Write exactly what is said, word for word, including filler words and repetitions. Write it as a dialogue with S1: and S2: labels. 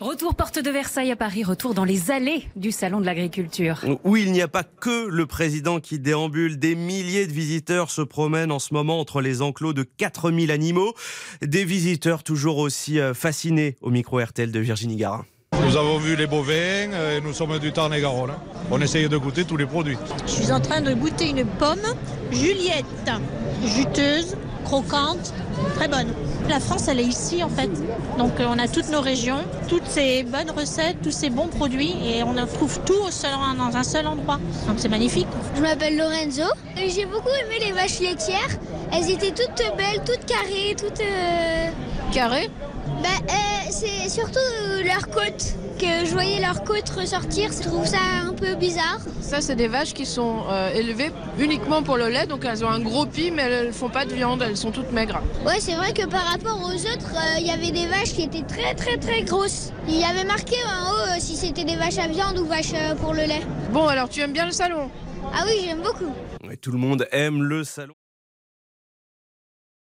S1: Retour porte de Versailles à Paris, retour dans les allées du Salon de l'Agriculture.
S2: Où il n'y a pas que le président qui déambule. Des milliers de visiteurs se promènent en ce moment entre les enclos de quatre mille animaux. Des visiteurs toujours aussi fascinés au micro R T L de Virginie Garin.
S3: Nous avons vu les bovins et nous sommes du Tarn-et-Garonne. On essaye de goûter tous les produits.
S4: Je suis en train de goûter une pomme Juliette, juteuse, croquante, très bonne. La France, elle est ici en fait. Donc on a toutes nos régions, toutes ces bonnes recettes, tous ces bons produits et on trouve tout au seul, dans un seul endroit. Donc c'est magnifique.
S5: Je m'appelle Lorenzo. J'ai beaucoup aimé les vaches laitières. Elles étaient toutes belles, toutes carrées, toutes... Euh...
S4: Carrées
S5: bah, euh, c'est surtout leurs côtes. Que je voyais leurs côtes ressortir, je trouve ça un peu bizarre.
S6: Ça, c'est des vaches qui sont euh, élevées uniquement pour le lait, donc elles ont un gros pis, mais elles ne font pas de viande, elles sont toutes maigres.
S5: Ouais, c'est vrai que par rapport aux autres, il euh, y avait des vaches qui étaient très très très grosses. Il y avait marqué en haut euh, si c'était des vaches à viande ou vaches euh, pour le lait.
S6: Bon, alors tu aimes bien le salon ?
S5: Ah oui, j'aime beaucoup.
S2: Ouais, tout le monde aime le salon.